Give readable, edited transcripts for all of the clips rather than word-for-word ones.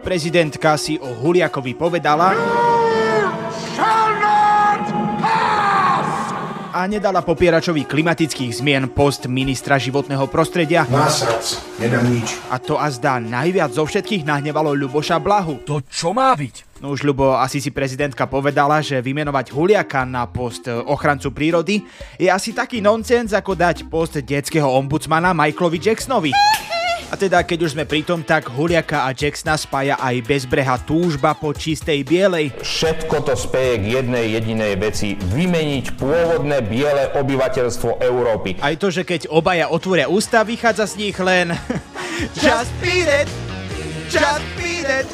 Prezidentka si o Huliakovi povedala a nedala popieračovi klimatických zmien post ministra životného prostredia. Násrac, nedám nič. A to azda najviac zo všetkých nahnevalo Ľuboša Blahu. To čo má byť? No už, Ľubo, asi si prezidentka povedala, že vymenovať Huliaka na post ochrancu prírody je asi taký nonsens, ako dať post detského ombudsmana Michaelovi Jacksonovi. A teda, keď už sme pri tom, tak Huliaka a Jacksona spája aj bezbrehá túžba po čistej bielej. Všetko to speje k jednej jedinej veci. Vymeniť pôvodné biele obyvateľstvo Európy. Aj to, že keď obaja otvoria ústa, vychádza z nich len Just beat it! Just beat it!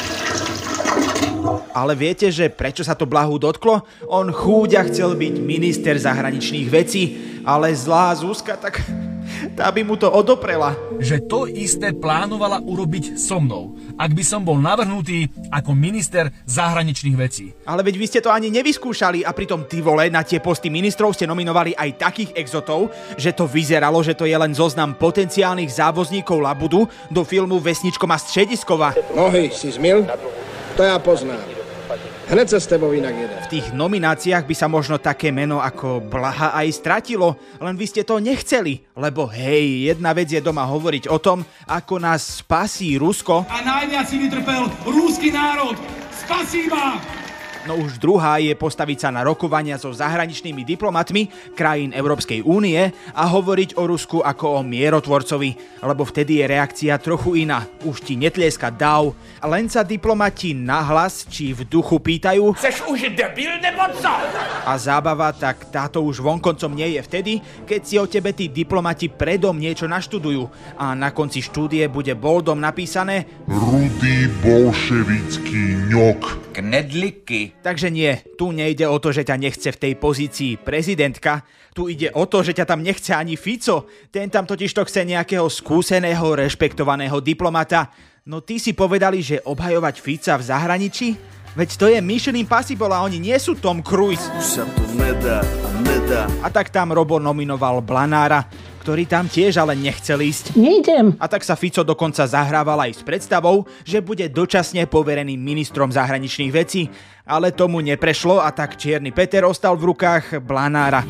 Ale viete, že prečo sa to Blahu dotklo? On chúďa chcel byť minister zahraničných vecí, ale zlá Zuzka, tak tá by mu to odoprela. Že to isté plánovala urobiť so mnou, ak by som bol navrhnutý ako minister zahraničných vecí. Ale veď vy ste to ani nevyskúšali a pritom ty vole, na tie posty ministrov ste nominovali aj takých exotov, že to vyzeralo, že to je len zoznam potenciálnych závozníkov Labudu do filmu Vesničko má střediskova. Nohy si zmyl? To ja poznám. Hned sa s tebou inak jedem. V tých nomináciách by sa možno také meno ako Blaha aj stratilo, len vy ste to nechceli, lebo hej, jedna vec je doma hovoriť o tom, ako nás spasí Rusko. A najviac si vytrpel ruský národ. Spasíva! No už druhá je postaviť sa na rokovania so zahraničnými diplomatmi krajín Európskej únie a hovoriť o Rusku ako o mierotvorcovi, lebo vtedy je reakcia trochu iná. Už ti netlieska dav, len sa diplomati nahlas či v duchu pýtajú: Seš už debil nebo co? A zábava, tak táto už vonkoncom nie je vtedy, keď si o tebe tí diplomati predom niečo naštudujú a na konci štúdie bude boldom napísané Rudý bolševický ňok. Knedliky. Takže nie, tu nejde o to, že ťa nechce v tej pozícii prezidentka, tu ide o to, že ťa tam nechce ani Fico. Ten tam totižto chce nejakého skúseného, rešpektovaného diplomata. No ty si povedali, že obhajovať Fica v zahraničí? Veď to je Mission Impossible a oni nie sú Tom Cruise. Už sa to nedá. A tak tam Robo nominoval Blanára, ktorý tam tiež ale nechcel ísť. Nejdem. A tak sa Fico dokonca zahrával aj s predstavou, že bude dočasne poverený ministrom zahraničných vecí. Ale tomu neprešlo a tak Čierny Peter ostal v rukách Blanára.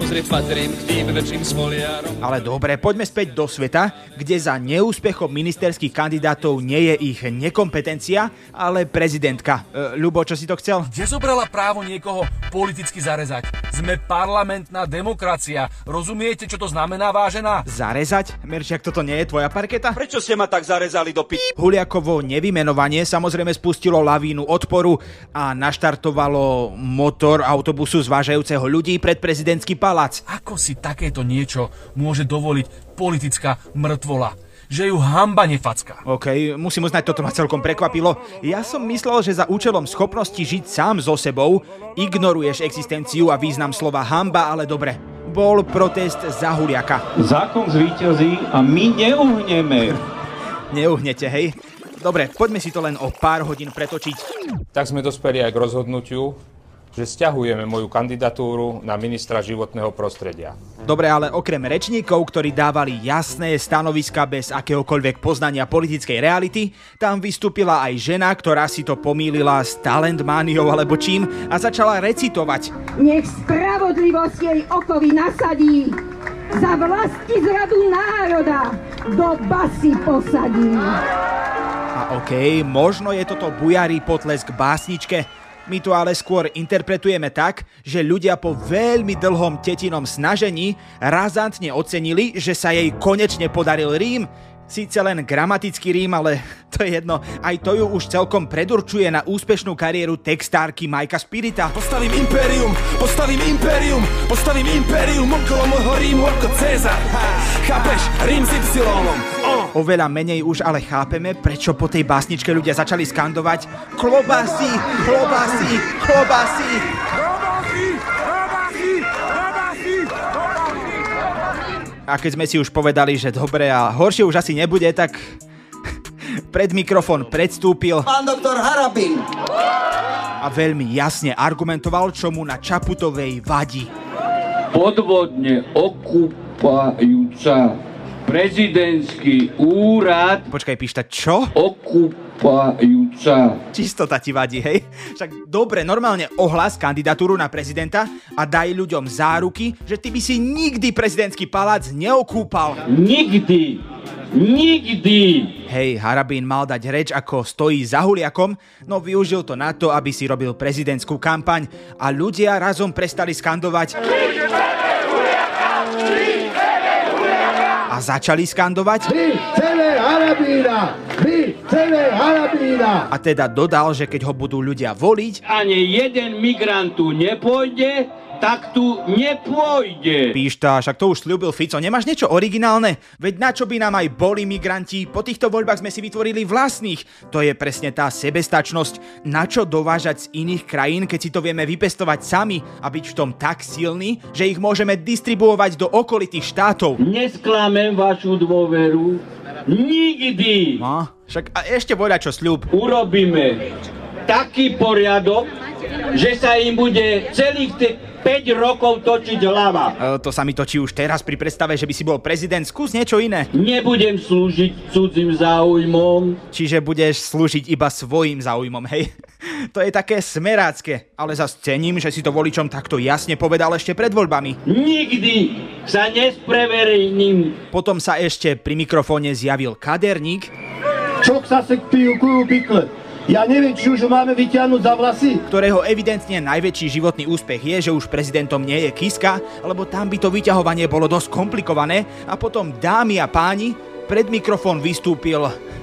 Ale dobre, poďme späť do sveta, kde za neúspechom ministerských kandidátov nie je ich nekompetencia, ale prezidentka. Ľubo, čo si to chcel? Kde zobrala právo niekoho politicky zarezať? Sme parlamentná demokracia. Rozumiete, čo to znamená, vážená? Zarezať? Merčiak, toto nie je tvoja parketa? Prečo ste ma tak zarezali do Huliakovo nevymenovanie samozrejme spustilo lavínu odporu a naštartovalo motor autobusu zvážajúceho ľudí pred prezidentský palác. Ako si takéto niečo môže dovoliť politická mŕtvola? Že ju hanba nefacká. OK, musím uznať, toto ma celkom prekvapilo. Ja som myslel, že za účelom schopnosti žiť sám so sebou ignoruješ existenciu a význam slova hanba, ale dobre. Bol protest za Huliaka. Zákon zvíťazí a my neuhneme. Neuhnete, hej? Dobre, poďme si to len o pár hodín pretočiť. Tak sme dospeli aj k rozhodnutiu, že sťahujeme moju kandidatúru na ministra životného prostredia. Dobre, ale okrem rečníkov, ktorí dávali jasné stanoviska bez akéhokoľvek poznania politickej reality, tam vystúpila aj žena, ktorá si to pomýlila s talentmániou alebo čím a začala recitovať. Nech spravodlivosť jej okovy nasadí, za vlasti zradu národa do basy posadí. A OK, možno je toto bujarý potlesk básničke. My to ale skôr interpretujeme tak, že ľudia po veľmi dlhom tetinom snažení razantne ocenili, že sa jej konečne podaril rím. Síce len gramatický rím, ale to je jedno, aj to ju už celkom predurčuje na úspešnú kariéru textárky Majka Spirita. Postavím impérium okolo môjho Rímu ako Cezar. Chápeš? Rím s Y-om. Oveľa menej už ale chápeme, prečo po tej básničke ľudia začali skandovať klobásy, klobásy, klobásy. A keď sme si už povedali, že dobre a horšie už asi nebude, tak pred mikrofón predstúpil pán doktor Harabin a veľmi jasne argumentoval, čo mu na Čaputovej vadí. Podvodne okupajúca prezidentský úrad. Počkaj, píšta čo? Stúpajúca. Čistota ti vadí, hej? Však dobre, normálne ohlás kandidatúru na prezidenta a daj ľuďom záruky, že ty by si nikdy prezidentský palác neokúpal. Nikdy. Nikdy. Hej, Harabín mal dať reč, ako stojí za Huliakom, no využil to na to, aby si robil prezidentskú kampaň a ľudia razom prestali skandovať a začali skandovať a teda dodal, že keď ho budú ľudia voliť, Ani jeden migrant tu nepôjde, tak tu nepôjde. Píšta, však to už sľúbil Fico, nemáš niečo originálne? Veď na čo by nám aj boli migranti? Po týchto voľbách sme si vytvorili vlastných. To je presne tá sebestačnosť. Na čo dovážať z iných krajín, keď si to vieme vypestovať sami a byť v tom tak silní, že ich môžeme distribuovať do okolitých štátov? Nesklamem vašu dôveru. Nikdy. No, však a ešte voľa čo sľub. Urobíme taký poriadok, že sa im bude celých 5 rokov točiť hlava. To sa mi točí už teraz pri predstave, že by si bol prezident. Skús niečo iné. Nebudem slúžiť cudzým záujmom. Čiže budeš slúžiť iba svojim záujmom, hej? To je také smerácké, ale zas cením, že si to voličom takto jasne povedal ešte pred voľbami. Nikdy sa nespreverejním. Potom sa ešte pri mikrofóne zjavil kaderník, Čo sa se pijú kujú pikle? Ja neviem, či už ho máme vyťahnuť za vlasy. Ktorého evidentne najväčší životný úspech je, že už prezidentom nie je Kiska, lebo tam by to vyťahovanie bolo dosť komplikované a potom, dámy a páni, pred mikrofón vystúpil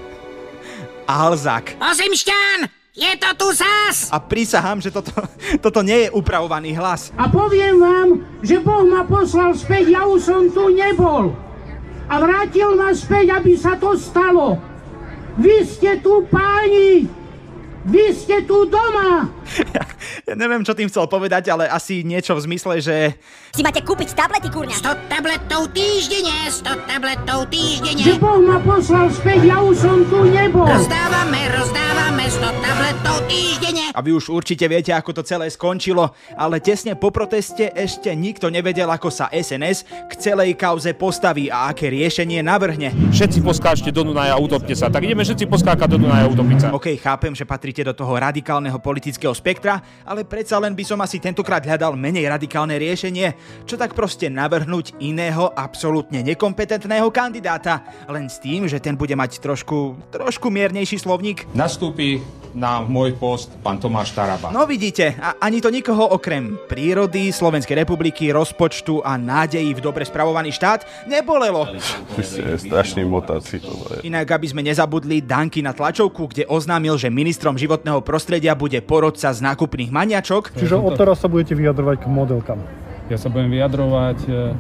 Alzák. Ozimšťan, je to tu zás! A prisahám, že toto nie je upravovaný hlas. A poviem vám, že Boh ma poslal späť, ja už som tu nebol. A vrátil ma späť, aby sa to stalo. Vy ste tu páni! Vy ste tu doma! Ja neviem, čo tým chcel povedať, ale asi niečo v zmysle, že... Si máte kúpiť tablety, kurňa. 100 tabletov týždenne, 100 tabletov týždenne. Že Boh ma poslal späť, ja už som tu nebol. Rozdávame 100 tabletov týždenne. A vy už určite viete, ako to celé skončilo, ale tesne po proteste ešte nikto nevedel, ako sa SNS k celej kauze postaví a aké riešenie navrhne. Všetci poskáčte do Dunaja a utopte sa. Tak ideme všetci poskákať do Dunaja a utopiť sa. OK, chápem, že patríte do toho radikálneho politického spektra, ale predsa len by som asi tentokrát hľadal menej radikálne riešenie, čo tak proste navrhnúť iného absolútne nekompetentného kandidáta, len s tým, že ten bude mať trošku miernejší slovník. Nastúpi na môj post pán Tomáš Taraba. No vidíte, ani to nikoho okrem prírody, Slovenskej republiky, rozpočtu a nádejí v dobre spravovaný štát nebolelo. Vy ste strašný motáci. Inak, aby sme nezabudli, Danky na tlačovku, kde oznámil, že ministrom životného prostredia bude porodca z nákupných maniačok. Čiže od teraz sa budete vyjadrovať k modelkám. Ja sa budem vyjadrovať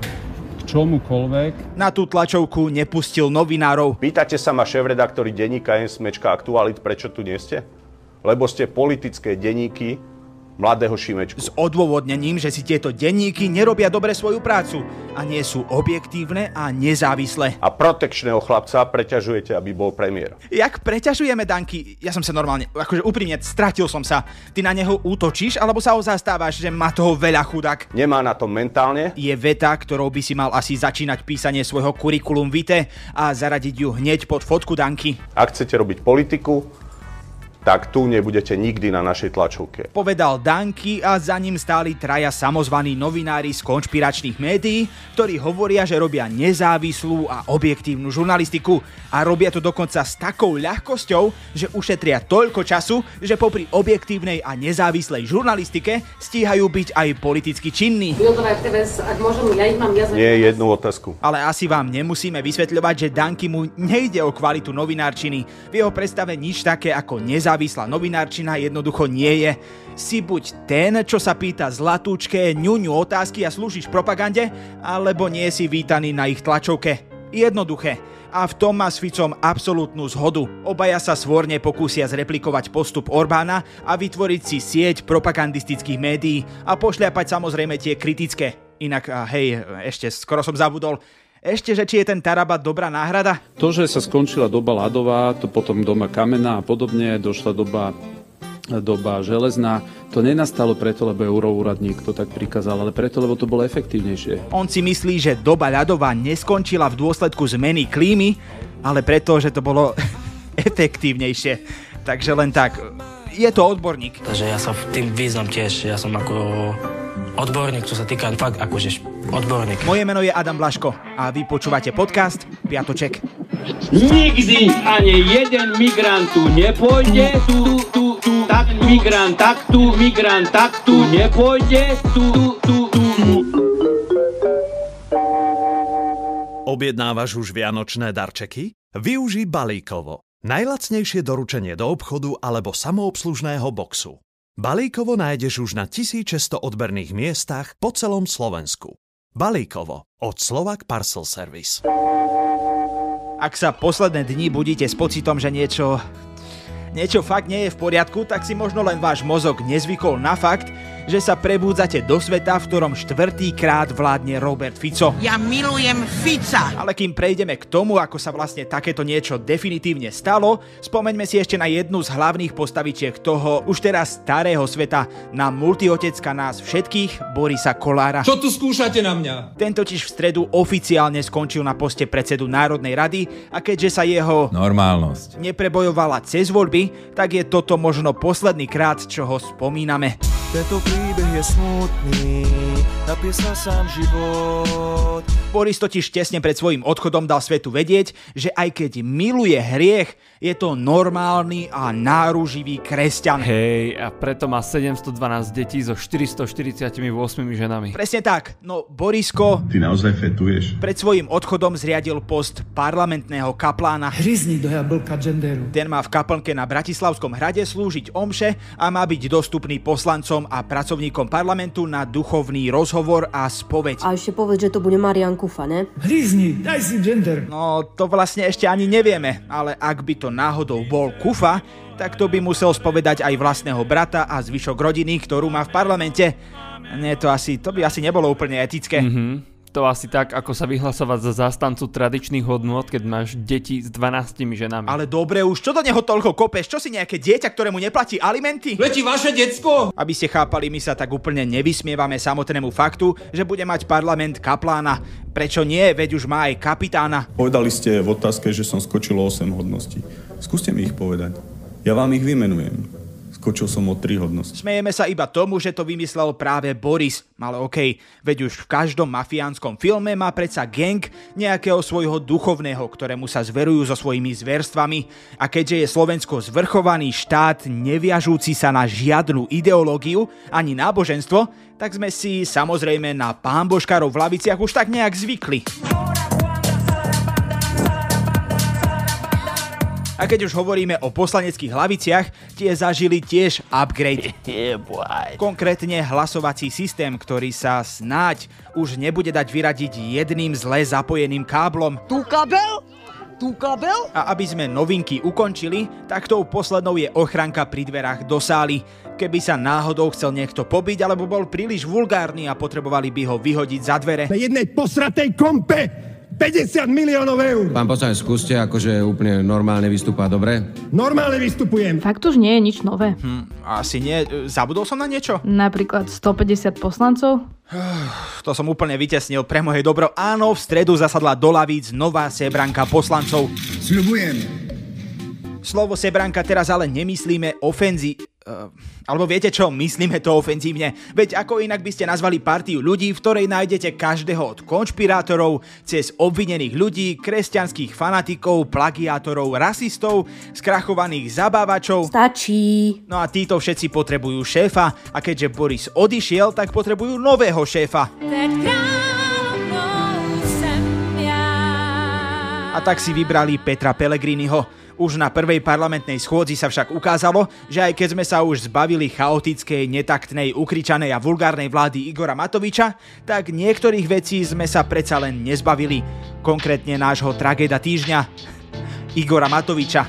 k čomukoľvek. Na tú tlačovku nepustil novinárov. Pýtate sa ma šéfredaktori denníka N-Smečka Aktualit, prečo tu nie ste? Lebo ste politické denníky mladého Šimečku. S odôvodnením, že si tieto denníky nerobia dobre svoju prácu a nie sú objektívne a nezávislé. A protekčného chlapca preťažujete, aby bol premiér. Jak preťažujeme, Danky? Ja som sa normálne, akože úprimne, stratil som sa. Ty na neho útočíš, alebo sa ho zastávaš, že má toho veľa chudák? Nemá na to mentálne. Je veta, ktorou by si mal asi začínať písanie svojho kurikulum vitae a zaradiť ju hneď pod fotku Danky. Ak chcete robiť politiku, tak tu nebudete nikdy na našej tlačovke. Povedal Danky a za ním stáli traja samozvaní novinári z konšpiračných médií, ktorí hovoria, že robia nezávislú a objektívnu žurnalistiku a robia to dokonca s takou ľahkosťou, že ušetria toľko času, že popri objektívnej a nezávislej žurnalistike stíhajú byť aj politicky činní. Nie jednu otázku. Ale asi vám nemusíme vysvetľovať, že Danky mu nejde o kvalitu novinárčiny. V jeho predstave nič také ako nezávislá novinárčina jednoducho nie je. Si buď ten, čo sa pýta zlatúčké ňuňu otázky a slúžiš propagande, alebo nie si vítaný na ich tlačovke. Jednoduché. A v tom má s Ficom absolútnu zhodu. Obaja sa svorne pokúsia zreplikovať postup Orbána a vytvoriť si sieť propagandistických médií a pošľapať samozrejme tie kritické. Inak, hej, ešte skoro som zabudol. Ešte, že či je ten Taraba dobrá náhrada? To, že sa skončila doba ľadová, to potom doba kamenná a podobne, došla doba železná, to nenastalo preto, lebo euroúradník to tak prikázal, ale preto, lebo to bolo efektívnejšie. On si myslí, že doba ľadová neskončila v dôsledku zmeny klímy, ale preto, že to bolo efektívnejšie. Takže len tak, je to odborník. Takže ja sa v tým význam tiež, ja som ako odborník, čo sa týka fakt akože odborník. Moje meno je Adam Blaško a vy počúvate podcast Piatoček. Nikdy ani jeden migrant tu nepôjde, tak migrant tu nepôjde, Objednávaš už vianočné darčeky? Využij Balíkovo. Najlacnejšie doručenie do obchodu alebo samoobslužného boxu. Balíkovo nájdeš už na 1600 odberných miestach po celom Slovensku. Balíkovo od Slovak Parcel Service. Ak sa posledné dni budíte s pocitom, že niečo fakt nie je v poriadku, tak si možno len váš mozog nezvykol na fakt, že sa prebúdzate do sveta, v ktorom 4. vládne Robert Fico. Ja milujem Fica. Ale kým prejdeme k tomu, ako sa vlastne takéto niečo definitívne stalo, spomeňme si ešte na jednu z hlavných postavičiek toho už teraz starého sveta, na multiotecka nás všetkých, Borisa Kollára. Čo tu skúšate na mňa? Ten totiž v stredu oficiálne skončil na poste predsedu Národnej rady a keďže sa jeho normálnosť neprebojovala cez voľby, tak je toto možno posledný krát, čo ho spomíname. Tento príbeh je smutný, napísal sám život. Boris totiž tesne pred svojím odchodom dal svetu vedieť, že aj keď miluje hriech, je to normálny a náruživý kresťan. Hej, a preto má 712 detí so 448 ženami. Presne tak, no Borisko... Ty naozaj fetuješ? Pred svojím odchodom zriadil post parlamentného kaplána. Hryzni do jablka genderu. Ten má v kaplnke na Bratislavskom hrade slúžiť omše a má byť dostupný poslancom a pracovníkom parlamentu na duchovný rozhovor a spoveď. A ešte povedz, že to bude Marian Kufa, ne? Hryzni, daj si gender. No, to vlastne ešte ani nevieme, ale ak by to náhodou bol Kufa, tak to by musel spovedať aj vlastného brata a zvyšok rodiny, ktorú má v parlamente. Nie, to by asi nebolo úplne etické. To asi tak, ako sa vyhlasovať za zástancu tradičných hodnôt, keď máš deti s 12 ženami. Ale dobre už, čo do neho toľko kopeš? Čo si nejaké dieťa, ktorému neplatí alimenty? Letí vaše decko! Aby ste chápali, my sa tak úplne nevysmievame samotnému faktu, že bude mať parlament kaplána. Prečo nie? Veď už má aj kapitána. Povedali ste v otázke, že som skočil o 8 hodností. Skúste mi ich povedať. Ja vám ich vymenujem. Skočil som o 3 hodnosti. Smejeme sa iba tomu, že to vymyslel práve Boris. Ale okej, veď už v každom mafiánskom filme má predsa gang nejakého svojho duchovného, ktorému sa zverujú so svojimi zverstvami. A keďže je Slovensko zvrchovaný štát, neviažúci sa na žiadnu ideológiu ani náboženstvo, tak sme si samozrejme na pámbožkárov v laviciach už tak nejak zvykli. A keď už hovoríme o poslaneckých hlaviciach, tie zažili tiež upgrade. Konkrétne hlasovací systém, ktorý sa snáď už nebude dať vyradiť jedným zle zapojeným káblom. Tu kabel? Tu kabel? A aby sme novinky ukončili, tak tou poslednou je ochranka pri dverách do sály. Keby sa náhodou chcel niekto pobiť, alebo bol príliš vulgárny a potrebovali by ho vyhodiť za dvere. Na jednej posratej kompe 50 miliónov eur. Pán poslanec, skúste akože úplne normálne vystúpať, dobre? Normálne vystupujem. Fakt už nie je nič nové. Asi nie. Zabudol som na niečo? Napríklad 150 poslancov? To som úplne vytesnil pre moje dobro. Áno, v stredu zasadla do lavíc nová sebranka poslancov. Sľubujem. Slovo sebranka teraz ale nemyslíme alebo viete čo, myslíme to ofenzívne. Veď ako inak by ste nazvali partiu ľudí, v ktorej nájdete každého od konšpirátorov, cez obvinených ľudí, kresťanských fanatikov, plagiátorov, rasistov, skrachovaných zabávačov. Stačí. No a títo všetci potrebujú šéfa a keďže Boris odišiel, tak potrebujú nového šéfa. A tak si vybrali Petra Pellegriniho. Už na prvej parlamentnej schôdzi sa však ukázalo, že aj keď sme sa už zbavili chaotickej, netaktnej, ukričanej a vulgárnej vlády Igora Matoviča, tak niektorých vecí sme sa predsa len nezbavili. Konkrétne nášho tragéda týždňa, Igora Matoviča.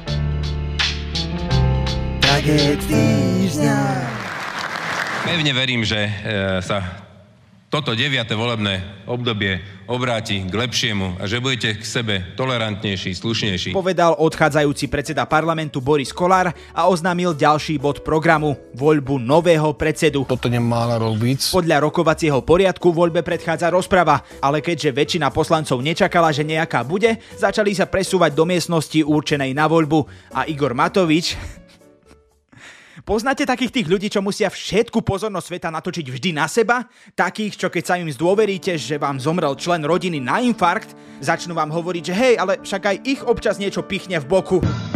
Tragéd týždňa. Pevne verím, že sa toto 9. volebné obdobie obráti k lepšiemu a že budete k sebe tolerantnejší, slušnejší. Povedal odchádzajúci predseda parlamentu Boris Kollár a oznámil ďalší bod programu – voľbu nového predsedu. Toto nemá robiť. Podľa rokovacieho poriadku voľbe predchádza rozprava, ale keďže väčšina poslancov nečakala, že nejaká bude, začali sa presúvať do miestnosti určenej na voľbu a Igor Matovič... Poznáte takých tých ľudí, čo musia všetku pozornosť sveta natočiť vždy na seba? Takých, čo keď sa im zdôveríte, že vám zomrel člen rodiny na infarkt, začnú vám hovoriť, že hej, ale však aj ich občas niečo pichne v boku.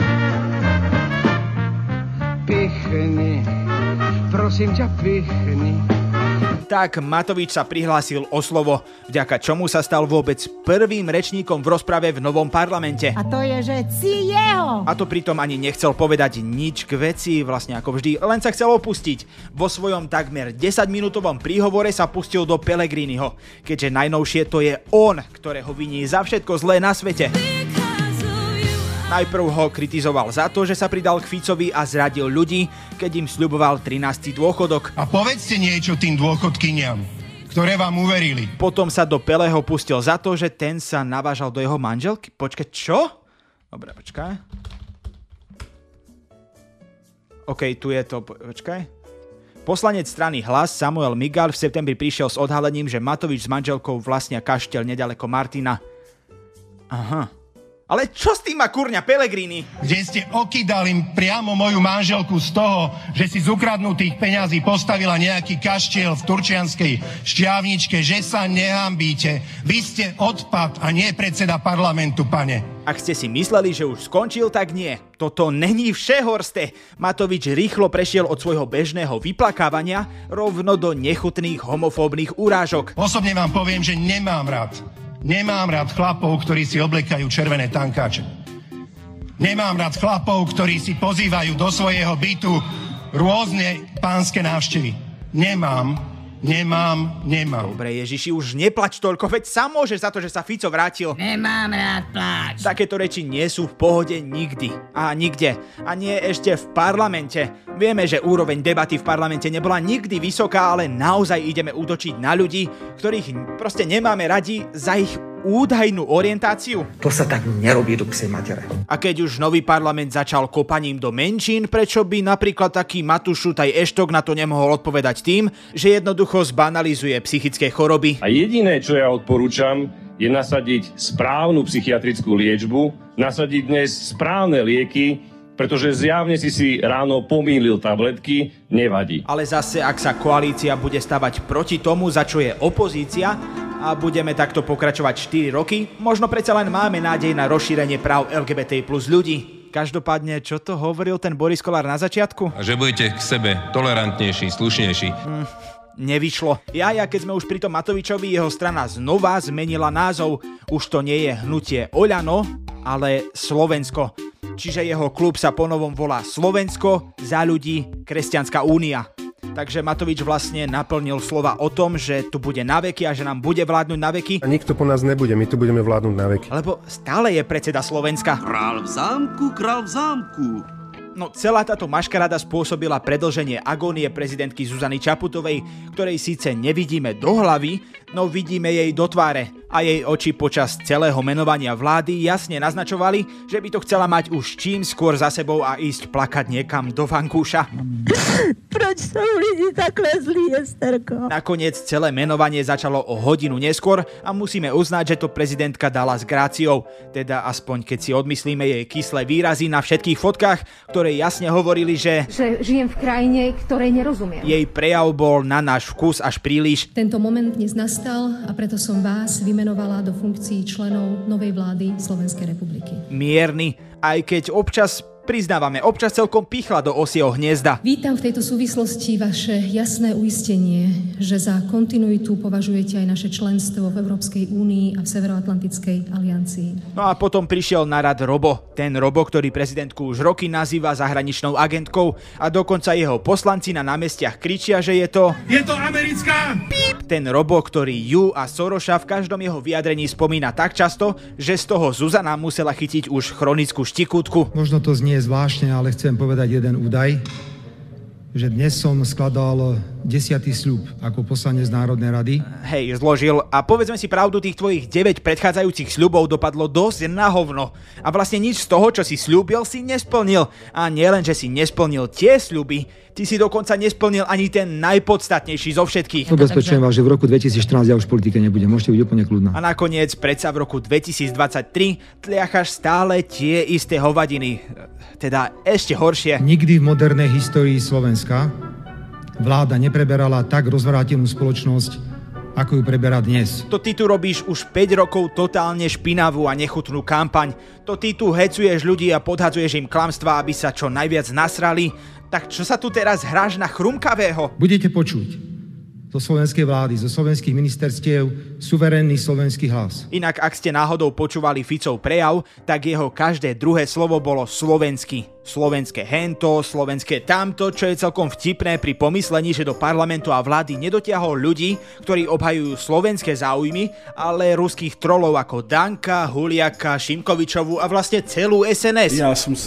Pichni, prosím ťa, pichni. Tak Matovič sa prihlásil o slovo, vďaka čomu sa stal vôbec prvým rečníkom v rozprave v novom parlamente. A to je, že si jeho. A to pritom ani nechcel povedať nič k veci, vlastne ako vždy, len sa chcel opustiť. Vo svojom takmer 10-minútovom príhovore sa pustil do Pellegriniho, keďže najnovšie to je on, ktorého viní za všetko zlé na svete. Najprv ho kritizoval za to, že sa pridal k Ficovi a zradil ľudí, keď im sľuboval 13. dôchodok. A povedzte niečo tým dôchodkyniam, ktoré vám uverili. Potom sa do Peleho pustil za to, že ten sa navážal do jeho manželky. Počkaj, čo? Dobre, počkaj. OK, tu je to, počkaj. Poslanec strany Hlas Samuel Migal v septembri prišiel s odhalením, že Matovič s manželkou vlastnia kašteľ nedaleko Martina. Aha. Ale čo s tým má kurňa Pellegrini? Kde ste okydali priamo moju manželku z toho, že si z ukradnutých peňazí postavila nejaký kaštiel v turčianskej Šťavničke, že sa nehambíte. Vy ste odpad a nie predseda parlamentu, pane. Ak ste si mysleli, že už skončil, tak nie. Toto není vše, Horste. Matovič rýchlo prešiel od svojho bežného vyplakávania rovno do nechutných homofóbnych urážok. Osobne vám poviem, že nemám rád chlapov, ktorí si oblekajú červené tankáče. Nemám rád chlapov, ktorí si pozývajú do svojho bytu rôzne pánske návštevy. Nemám. Dobre, Ježiši, už neplač toľko, veď sám môžeš za to, že sa Fico vrátil. Nemám rád pláč. Takéto reči nie sú v pohode nikdy. A nikde. A nie ešte v parlamente. Vieme, že úroveň debaty v parlamente nebola nikdy vysoká, ale naozaj ideme útočiť na ľudí, ktorých proste nemáme radi za ich údajnú orientáciu. To sa tak nerobí do psej matere. A keď už nový parlament začal kopaním do menšín, prečo by napríklad taký Matušutaj Eštok na to nemohol odpovedať tým, že jednoducho zbanalizuje psychické choroby? A jediné, čo ja odporúčam, je nasadiť správnu psychiatrickú liečbu, nasadiť dnes správne lieky, pretože zjavne si ráno pomýlil tabletky, nevadí. Ale zase, ak sa koalícia bude stavať proti tomu, za čo je opozícia, a budeme takto pokračovať 4 roky, možno predsa len máme nádej na rozšírenie práv LGBT plus ľudí. Každopádne, čo to hovoril ten Boris Kollár na začiatku? A že budete k sebe tolerantnejší, slušnejší. Nevyšlo. Keď sme už pri tom Matovičovi, jeho strana znova zmenila názov. Už to nie je hnutie Oľano, ale Slovensko. Čiže jeho klub sa ponovom volá Slovensko za ľudí Kresťanská únia. Takže Matovič vlastne naplnil slova o tom, že tu bude na veky a že nám bude vládnuť na veky. A nikto po nás nebude, my tu budeme vládnuť na veky. Lebo stále je predseda Slovenska. Král v zámku. No celá táto maškaráda spôsobila predĺženie agónie prezidentky Zuzany Čaputovej, ktorej síce nevidíme do hlavy, no vidíme jej do tváre. A jej oči počas celého menovania vlády jasne naznačovali, že by to chcela mať už čím skôr za sebou a ísť plakať niekam do vankúša. Proč sú lidi takhle zlí, Esterko? Nakoniec celé menovanie začalo o hodinu neskôr a musíme uznať, že to prezidentka dala s gráciou. Teda aspoň keď si odmyslíme jej kyslé výrazy na všetkých fotkách, ktoré jasne hovorili, že žijem v krajine, ktorej nerozumiem. Jej prejav bol na náš vkus až príliš. Tento moment dnes nastal a preto som vás vymenovala do funkcií členov novej vlády Slovenskej republiky. Mierny, aj keď občas, priznávame, občas celkom pichla do osieho hniezda. Vítam v tejto súvislosti vaše jasné uistenie, že za kontinuitu považujete aj naše členstvo v Európskej únii a v Severoatlantickej aliancii. No a potom prišiel na rad Robo. Ten Robo, ktorý prezidentku už roky nazýva zahraničnou agentkou a dokonca jeho poslanci na námestiach kričia, že je to americká píp! Ten Robo, ktorý ju a Soroša v každom jeho vyjadrení spomína tak často, že z toho Zuzana musela chytiť už chronickú štikútku. Možno to znie zvláštne, ale chcem povedať jeden údaj, že dnes som skladal 10. sľub ako poslanec Národnej rady. Hej, zložil. A povedzme si pravdu, tých tvojich 9 predchádzajúcich sľubov dopadlo dosť na hovno. A vlastne nič z toho, čo si sľúbil, si nesplnil. A nielen, že si nesplnil tie sľuby, ty si dokonca nesplnil ani ten najpodstatnejší zo všetkých. Ubezpečujem vás, že v roku 2014 ja už v politike nebudem. Môžete byť úplne kľudná. A nakoniec, predsa v roku 2023 tliachaš stále tie isté hovadiny. Teda ešte horšie. Nikdy v modernej histórii Slovenska vláda nepreberala tak rozvrátenú spoločnosť, ako ju preberá dnes. To ty tu robíš už 5 rokov totálne špinavú a nechutnú kampaň. To ty tu hecuješ ľudí a podhadzuješ im klamstvá, aby sa čo najviac nasrali. Tak čo sa tu teraz hráš na chrumkavého? Budete počuť zo slovenskej vlády, zo slovenských ministerstiev suverénny slovenský hlas. Inak, ak ste náhodou počúvali Ficov prejav, tak jeho každé druhé slovo bolo slovenský. Slovenské hento, slovenské tamto, čo je celkom vtipné pri pomyslení, že do parlamentu a vlády nedotiahol ľudí, ktorí obhajujú slovenské záujmy, ale ruských trolov ako Danka, Huliaka, Šimkovičovu a vlastne celú SNS.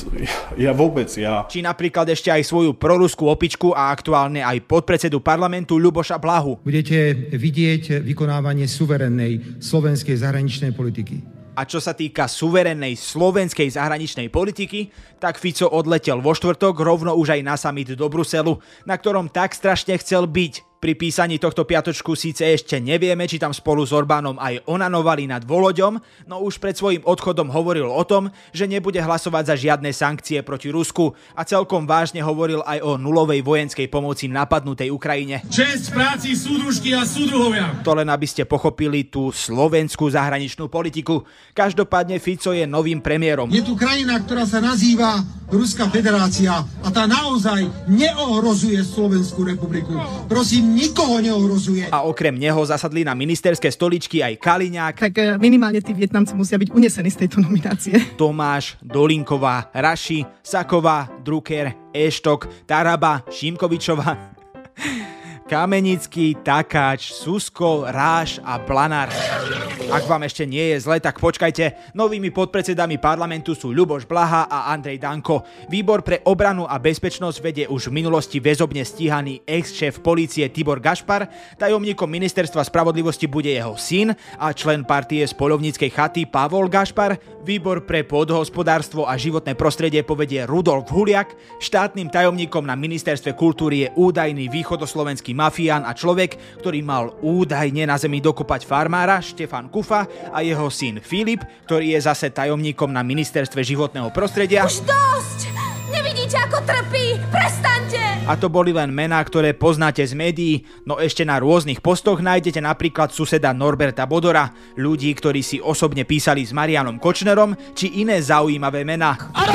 Či napríklad ešte aj svoju proruskú opičku a aktuálne aj podpredsedu parlamentu Ľuboša Blahu. Budete vidieť vykonávanie suverénnej slovenskej zahraničnej politiky. A čo sa týka suverénnej slovenskej zahraničnej politiky, tak Fico odletel vo štvrtok rovno už aj na summit do Bruselu, na ktorom tak strašne chcel byť. Pri písaní tohto piatočku síce ešte nevieme, či tam spolu s Orbánom aj onanovali nad Voloďom, no už pred svojím odchodom hovoril o tom, že nebude hlasovať za žiadne sankcie proti Rusku a celkom vážne hovoril aj o nulovej vojenskej pomoci napadnutej Ukrajine. Česť práci súdružky a súdruhovia! To len aby ste pochopili tú slovenskú zahraničnú politiku. Každopádne Fico je novým premiérom. Je tu krajina, ktorá sa nazýva Ruská federácia a tá naozaj neohrozuje Slovenskú republiku. Prosím, nikoho neohrozuje. A okrem neho zasadli na ministerské stoličky aj Kaliňák. Tak minimálne tí Vietnamci musia byť unesení z tejto nominácie. Tomáš, Dolinková, Raši, Saková, Drucker, Eštok, Taraba, Šimkovičová, Kamenický, Takáč, Susko, Ráš a Planár. Ak vám ešte nie je zle, tak počkajte. Novými podpredsedami parlamentu sú Ľuboš Blaha a Andrej Danko. Výbor pre obranu a bezpečnosť vedie už v minulosti väzobne stíhaný ex-šéf polície Tibor Gašpar, tajomníkom ministerstva spravodlivosti bude jeho syn a člen partie z Poľovníckej chaty Pavol Gašpar. Výbor pre pôdohospodárstvo a životné prostredie povedie Rudolf Huliak. Štátnym tajomníkom na ministerstve kultúry je údajný východoslovenský mafián a človek, ktorý mal údajne na zemi dokopať farmára Štefan Kufa a jeho syn Filip, ktorý je zase tajomníkom na ministerstve životného prostredia. Už dosť! Nevidíte, ako trpí? Prestaňte! A to boli len mená, ktoré poznáte z médií, no ešte na rôznych postoch nájdete napríklad suseda Norberta Bodora, ľudí, ktorí si osobne písali s Marianom Kočnerom, či iné zaujímavé mená.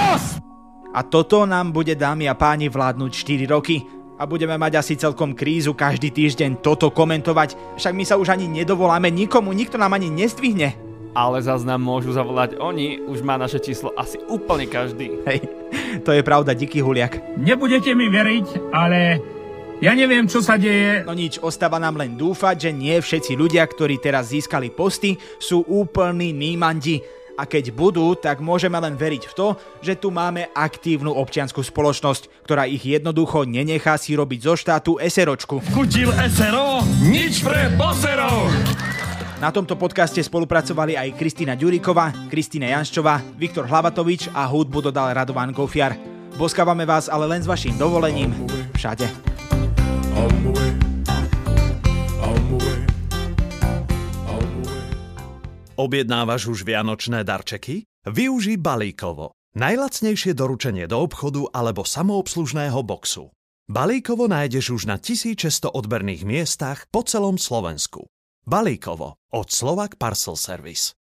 A toto nám bude, dámy a páni, vládnuť 4 roky. A budeme mať asi celkom krízu každý týždeň toto komentovať, však my sa už ani nedovoláme nikomu, nikto nám ani nestvihne. Ale zas nám môžu zavolať oni, už má naše číslo asi úplne každý. Hej, to je pravda, díky Huliak. Nebudete mi veriť, ale ja neviem, čo sa deje. No nič, ostáva nám len dúfať, že nie všetci ľudia, ktorí teraz získali posty, sú úplní nímandi. A keď budú, tak môžeme len veriť v to, že tu máme aktívnu občiansku spoločnosť, ktorá ich jednoducho nenechá si robiť zo štátu eseročku. Kutil SRO, nič pre boserov! Na tomto podcaste spolupracovali aj Kristína Ďuríková, Kristína Janščová, Viktor Hlavatovič a hudbu dodal Radovan Gofiar. Boskávame vás ale len s vaším dovolením všade. Objednávaš už vianočné darčeky? Využij Balíkovo. Najlacnejšie doručenie do obchodu alebo samoobslužného boxu. Balíkovo nájdeš už na 1600 odberných miestach po celom Slovensku. Balíkovo od Slovak Parcel Service.